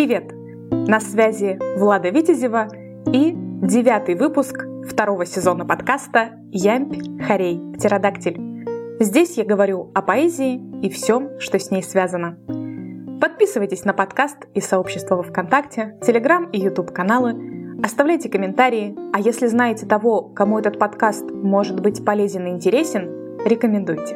Привет! На связи Влада Витязева и 9-й выпуск 2-го сезона подкаста «Ямб, хорей, птеродактиль». Здесь я говорю о поэзии и всем, что с ней связано. Подписывайтесь на подкаст и сообщество во ВКонтакте, Телеграм и Ютуб каналы, оставляйте комментарии, а если знаете того, кому этот подкаст может быть полезен и интересен, рекомендуйте.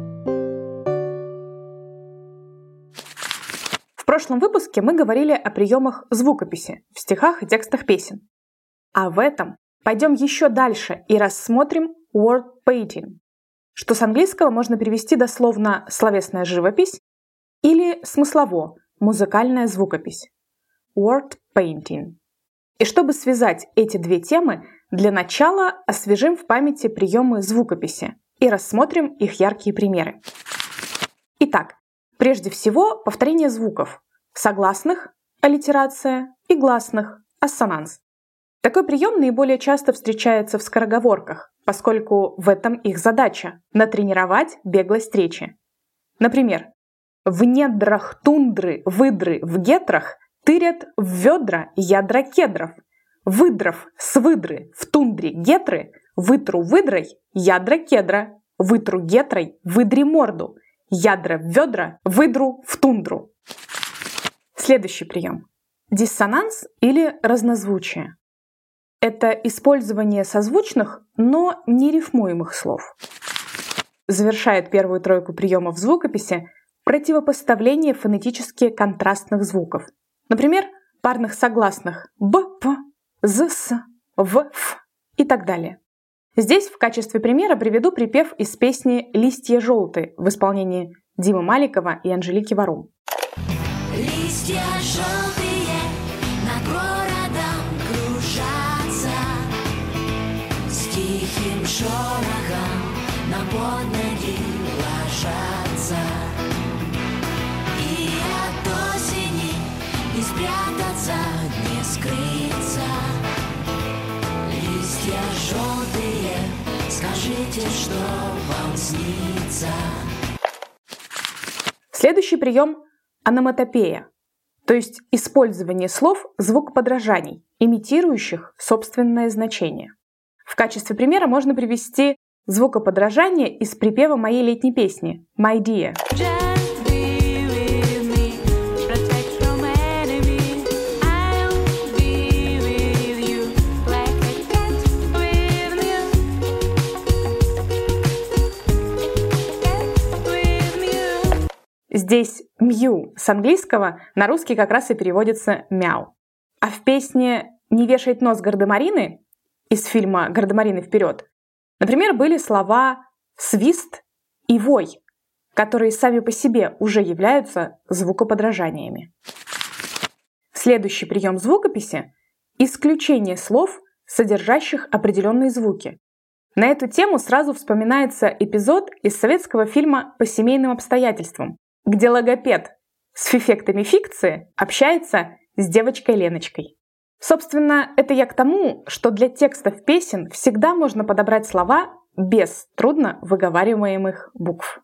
В прошлом выпуске мы говорили о приемах звукописи в стихах и текстах песен. А в этом пойдем еще дальше и рассмотрим word painting, что с английского можно перевести дословно «словесная живопись» или смыслово «музыкальная звукопись» word painting. И чтобы связать эти две темы, для начала освежим в памяти приемы звукописи и рассмотрим их яркие примеры. Итак, прежде всего повторение звуков – согласных – аллитерация и гласных – ассонанс. Такой прием наиболее часто встречается в скороговорках, поскольку в этом их задача – натренировать беглость речи. Например, «В недрах тундры выдры в гетрах тырят в ведра ядра кедров. Выдров с выдры в тундре гетры вытру выдрой ядра кедра. Вытру гетрой выдри морду. Ядра в ведра выдру в тундру». Следующий прием – диссонанс или разнозвучие. Это использование созвучных, но не рифмуемых слов. Завершает первую тройку приемов звукописи противопоставление фонетически контрастных звуков. Например, парных согласных «б», «п», «з», «с», «в», «ф» и так далее. Здесь в качестве примера приведу припев из песни «Листья желтые» в исполнении Димы Маликова и Анжелики Варум. Листья желтые над городом кружатся, с тихим шорохом на под ноги ложатся. И от осени не спрятаться, не скрыться. Листья желтые, скажите, что вам снится. Следующий прием – ономатопея, то есть использование слов звукоподражаний, имитирующих собственное значение. В качестве примера можно привести звукоподражание из припева моей летней песни «My Dear». Здесь «мью» с английского на русский как раз и переводится «мяу». А в песне «Не вешает нос гардемарины» из фильма «Гардемарины вперед», например, были слова «свист» и «вой», которые сами по себе уже являются звукоподражаниями. Следующий прием звукописи – исключение слов, содержащих определенные звуки. На эту тему сразу вспоминается эпизод из советского фильма «По семейным обстоятельствам», где логопед с эффектами фикции общается с девочкой Леночкой. Собственно, это я к тому, что для текстов песен всегда можно подобрать слова без трудно выговариваемых букв.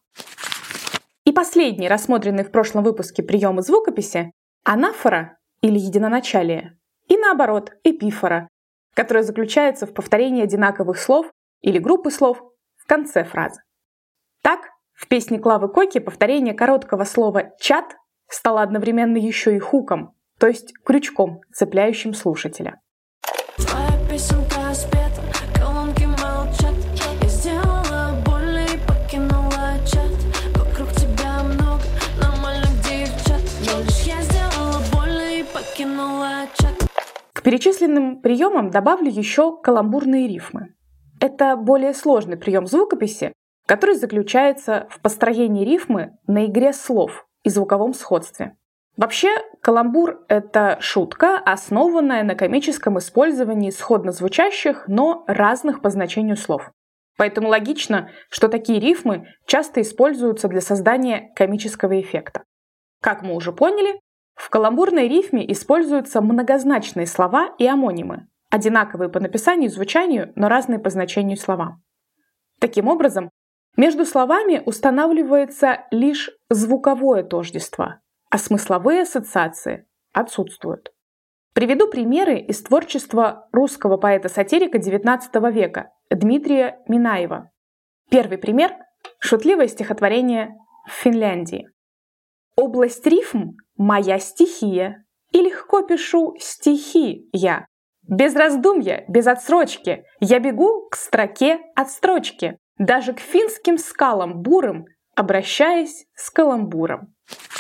И последний, рассмотренный в прошлом выпуске приемы звукописи – анафора или единоначалие, и наоборот, эпифора, которая заключается в повторении одинаковых слов или группы слов в конце фразы. Так, в песне Клавы Коки повторение короткого слова «чат» стало одновременно еще и хуком, то есть крючком, цепляющим слушателя. Твоя песенка спета, колонки молчат. Я сделала больно и покинула чат. Вокруг тебя много нормальных девчат, но лишь я сделала больно и покинула чат. К перечисленным приемам добавлю еще каламбурные рифмы. Это более сложный прием звукописи, который заключается в построении рифмы на игре слов и звуковом сходстве. Вообще, каламбур – это шутка, основанная на комическом использовании сходно звучащих, но разных по значению слов. Поэтому логично, что такие рифмы часто используются для создания комического эффекта. Как мы уже поняли, в каламбурной рифме используются многозначные слова и амонимы, одинаковые по написанию и звучанию, но разные по значению слова. Таким образом, между словами устанавливается лишь звуковое тождество, а смысловые ассоциации отсутствуют. Приведу примеры из творчества русского поэта-сатирика XIX века Дмитрия Минаева. Первый пример – шутливое стихотворение «В Финляндии». «Область рифм – моя стихия, и легко пишу стихи я. Без раздумья, без отсрочки, я бегу к строке от строчки, даже к финским скалам бурым, обращаясь с каламбуром».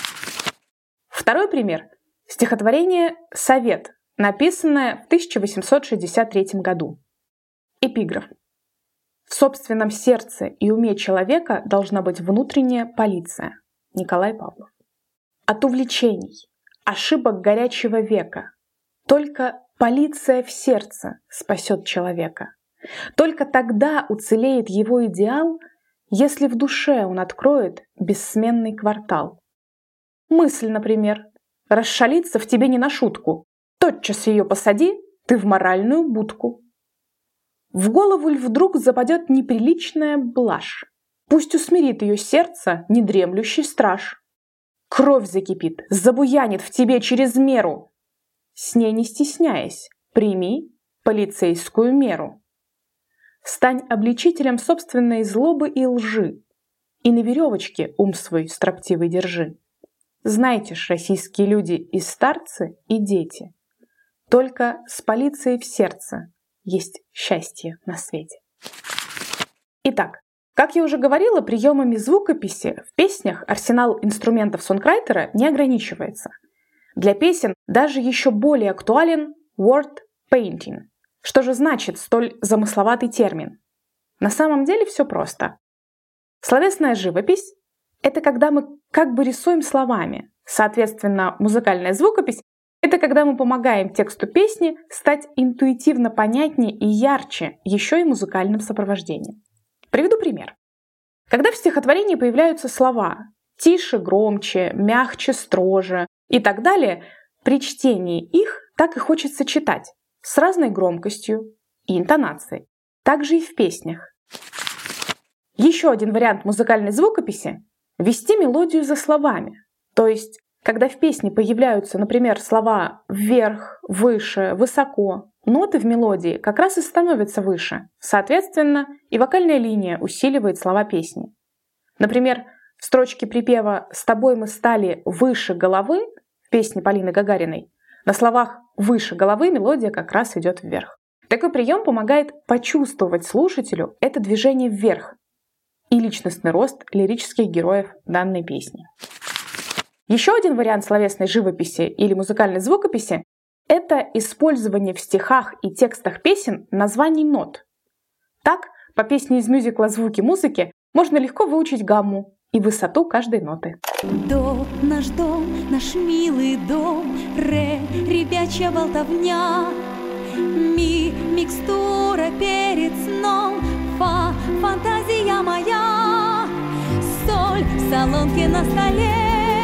Второй пример – стихотворение «Совет», написанное в 1863 году. Эпиграф. В собственном сердце и уме человека должна быть внутренняя полиция. Николай Павлов. От увлечений, ошибок горячего века только полиция в сердце спасет человека. Только тогда уцелеет его идеал, если в душе он откроет бессменный квартал. Мысль, например, расшалится в тебе не на шутку. Тотчас ее посади ты в моральную будку. В голову ль вдруг западет неприличная блажь? Пусть усмирит ее сердце недремлющий страж. Кровь закипит, забуянит в тебе через меру. С ней не стесняясь, прими полицейскую меру. Стань обличителем собственной злобы и лжи, и на веревочке ум свой строптивый держи. Знайте ж, российские люди, и старцы, и дети, только с полицией в сердце есть счастье на свете. Итак, как я уже говорила, приемами звукописи в песнях арсенал инструментов сонграйтера не ограничивается. Для песен даже еще более актуален word painting. Что же значит столь замысловатый термин? На самом деле все просто. Словесная живопись – это когда мы как бы рисуем словами. Соответственно, музыкальная звукопись – это когда мы помогаем тексту песни стать интуитивно понятнее и ярче еще и музыкальным сопровождением. Приведу пример. Когда в стихотворении появляются слова «тише», «громче», «мягче», «строже» и так далее, при чтении их так и хочется читать с разной громкостью и интонацией. Также и в песнях. Еще один вариант музыкальной звукописи – вести мелодию за словами. То есть, когда в песне появляются, например, слова «вверх», «выше», «высоко», ноты в мелодии как раз и становятся выше. Соответственно, и вокальная линия усиливает слова песни. Например, в строчке припева «С тобой мы стали выше головы» в песне Полины Гагариной на словах «выше головы» мелодия как раз идет вверх. Такой прием помогает почувствовать слушателю это движение вверх и личностный рост лирических героев данной песни. Еще один вариант словесной живописи или музыкальной звукописи – это использование в стихах и текстах песен названий нот. Так, по песне из мюзикла «Звуки музыки» можно легко выучить гамму и высоту каждой ноты. До, наш милый дом, ре, ребячья болтовня, ми, микстура перед сном, фа, фантазия моя, соль в солонке на столе,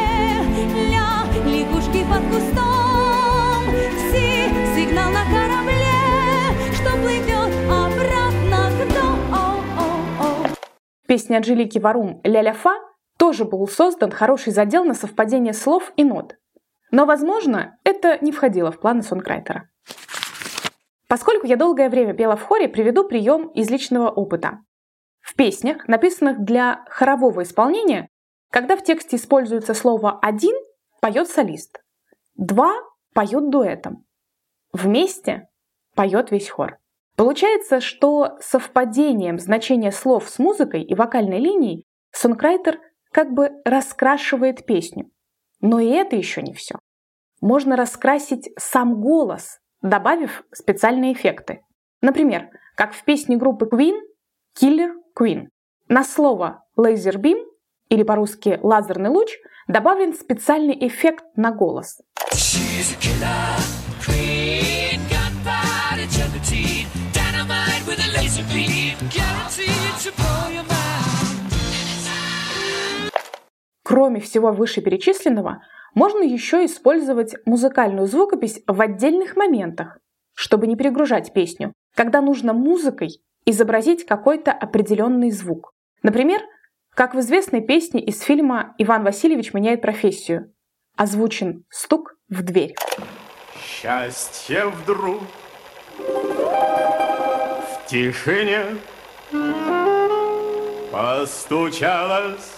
ля, лягушки под кустом, си, сигнал на корабле, что плывет обратно к дому. В песне Анжелики Варум «Ля-ля-фа» тоже был создан хороший задел на совпадение слов и нот. Но, возможно, это не входило в планы сонграйтера. Поскольку я долгое время пела в хоре, приведу прием из личного опыта. В песнях, написанных для хорового исполнения, когда в тексте используется слово «один», поет солист, «два» поет дуэтом, «вместе» поет весь хор. Получается, что совпадением значения слов с музыкой и вокальной линией сонграйтер как бы раскрашивает песню. Но и это еще не все. Можно раскрасить сам голос, добавив специальные эффекты. Например, как в песне группы Queen «Killer Queen». На слово «laser beam» или по-русски «лазерный луч» добавлен специальный эффект на голос. Кроме всего вышеперечисленного, можно еще использовать музыкальную звукопись в отдельных моментах, чтобы не перегружать песню, когда нужно музыкой изобразить какой-то определенный звук. Например, как в известной песне из фильма «Иван Васильевич меняет профессию». Озвучен стук в дверь. Счастье вдруг в тишине постучалось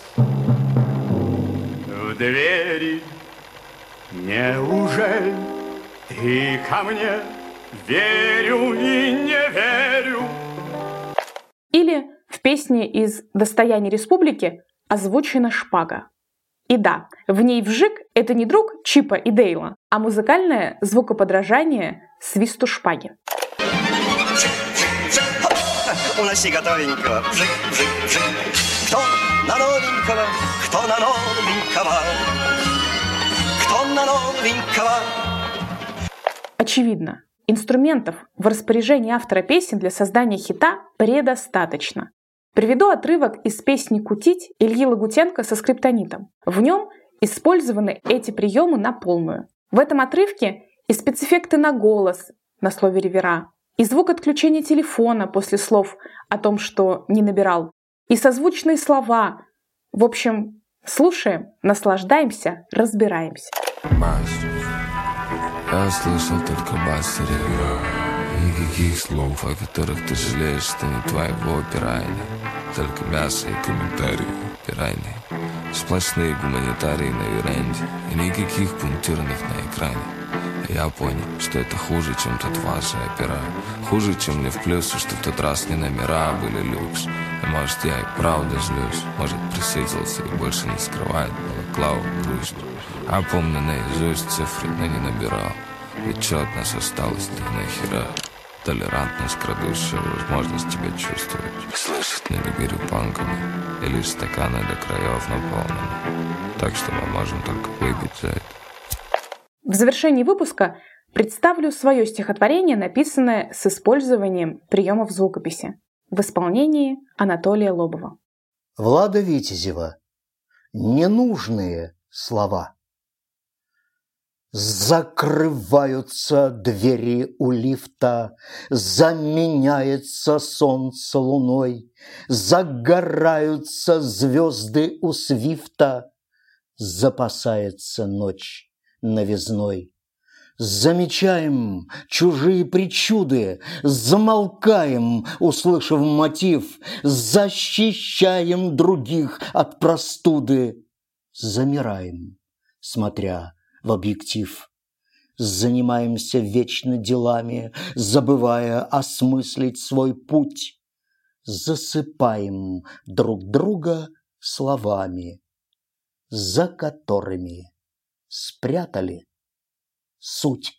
в двери. Неужели ты ко мне? Верю и не верю. Или в песне из «Достояния республики» озвучена шпага. И да, в ней вжик — это не друг Чипа и Дейла, а музыкальное звукоподражание свисту шпаги. Уноси готовенького, вжик, вжик, вжик. Кто на новенького, кто на новенького, кто на новенького. Очевидно, инструментов в распоряжении автора песен для создания хита предостаточно. Приведу отрывок из песни «Кутить» Ильи Лагутенко со скриптонитом. В нем использованы эти приемы на полную. В этом отрывке и спецэффекты на голос на слове «ревера», и звук отключения телефона после слов о том, что не набирал, и созвучные слова. В общем, слушаем, наслаждаемся, разбираемся. Я слышал только бас и ревю. Никаких слов, о которых ты жалеешь, что не твоего пирайни. Только мясо и комментарии пирайни. Сплошные гуманитарии на веранде. И никаких пунктирных на экране. Я понял, что это хуже, чем тот ваши опера. Хуже, чем мне в плюсы, что в тот раз не номера, а были люкс. И может я и правда злюсь. Может присытился и больше не скрывает балаклаву грусть. А помню наизусть цифры, но не набирал. Ведь что от нас осталось-то нахера? Толерантность, крадущая возможность тебя чувствовать. Слышать на берегу панками. И лишь стаканы до краев наполнены. Так что мы можем только выпить за это. В завершении выпуска представлю свое стихотворение, написанное с использованием приемов звукописи в исполнении Анатолия Лобова. Влада Витязева. Ненужные слова. Закрываются двери у лифта, заменяется солнце луной, загораются звезды у свифта, запасается ночь новизной. Замечаем чужие причуды, замолкаем, услышав мотив, защищаем других от простуды, замираем, смотря в объектив. Занимаемся вечно делами, забывая осмыслить свой путь. Засыпаем друг друга словами, за которыми спрятали суть.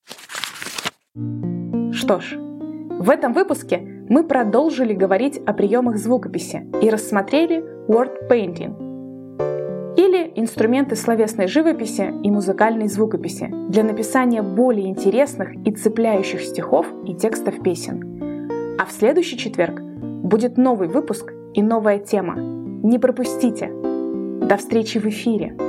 Что ж, в этом выпуске мы продолжили говорить о приемах звукописи и рассмотрели word painting, или инструменты словесной живописи и музыкальной звукописи для написания более интересных и цепляющих стихов и текстов песен. А в следующий четверг будет новый выпуск и новая тема. Не пропустите! До встречи в эфире!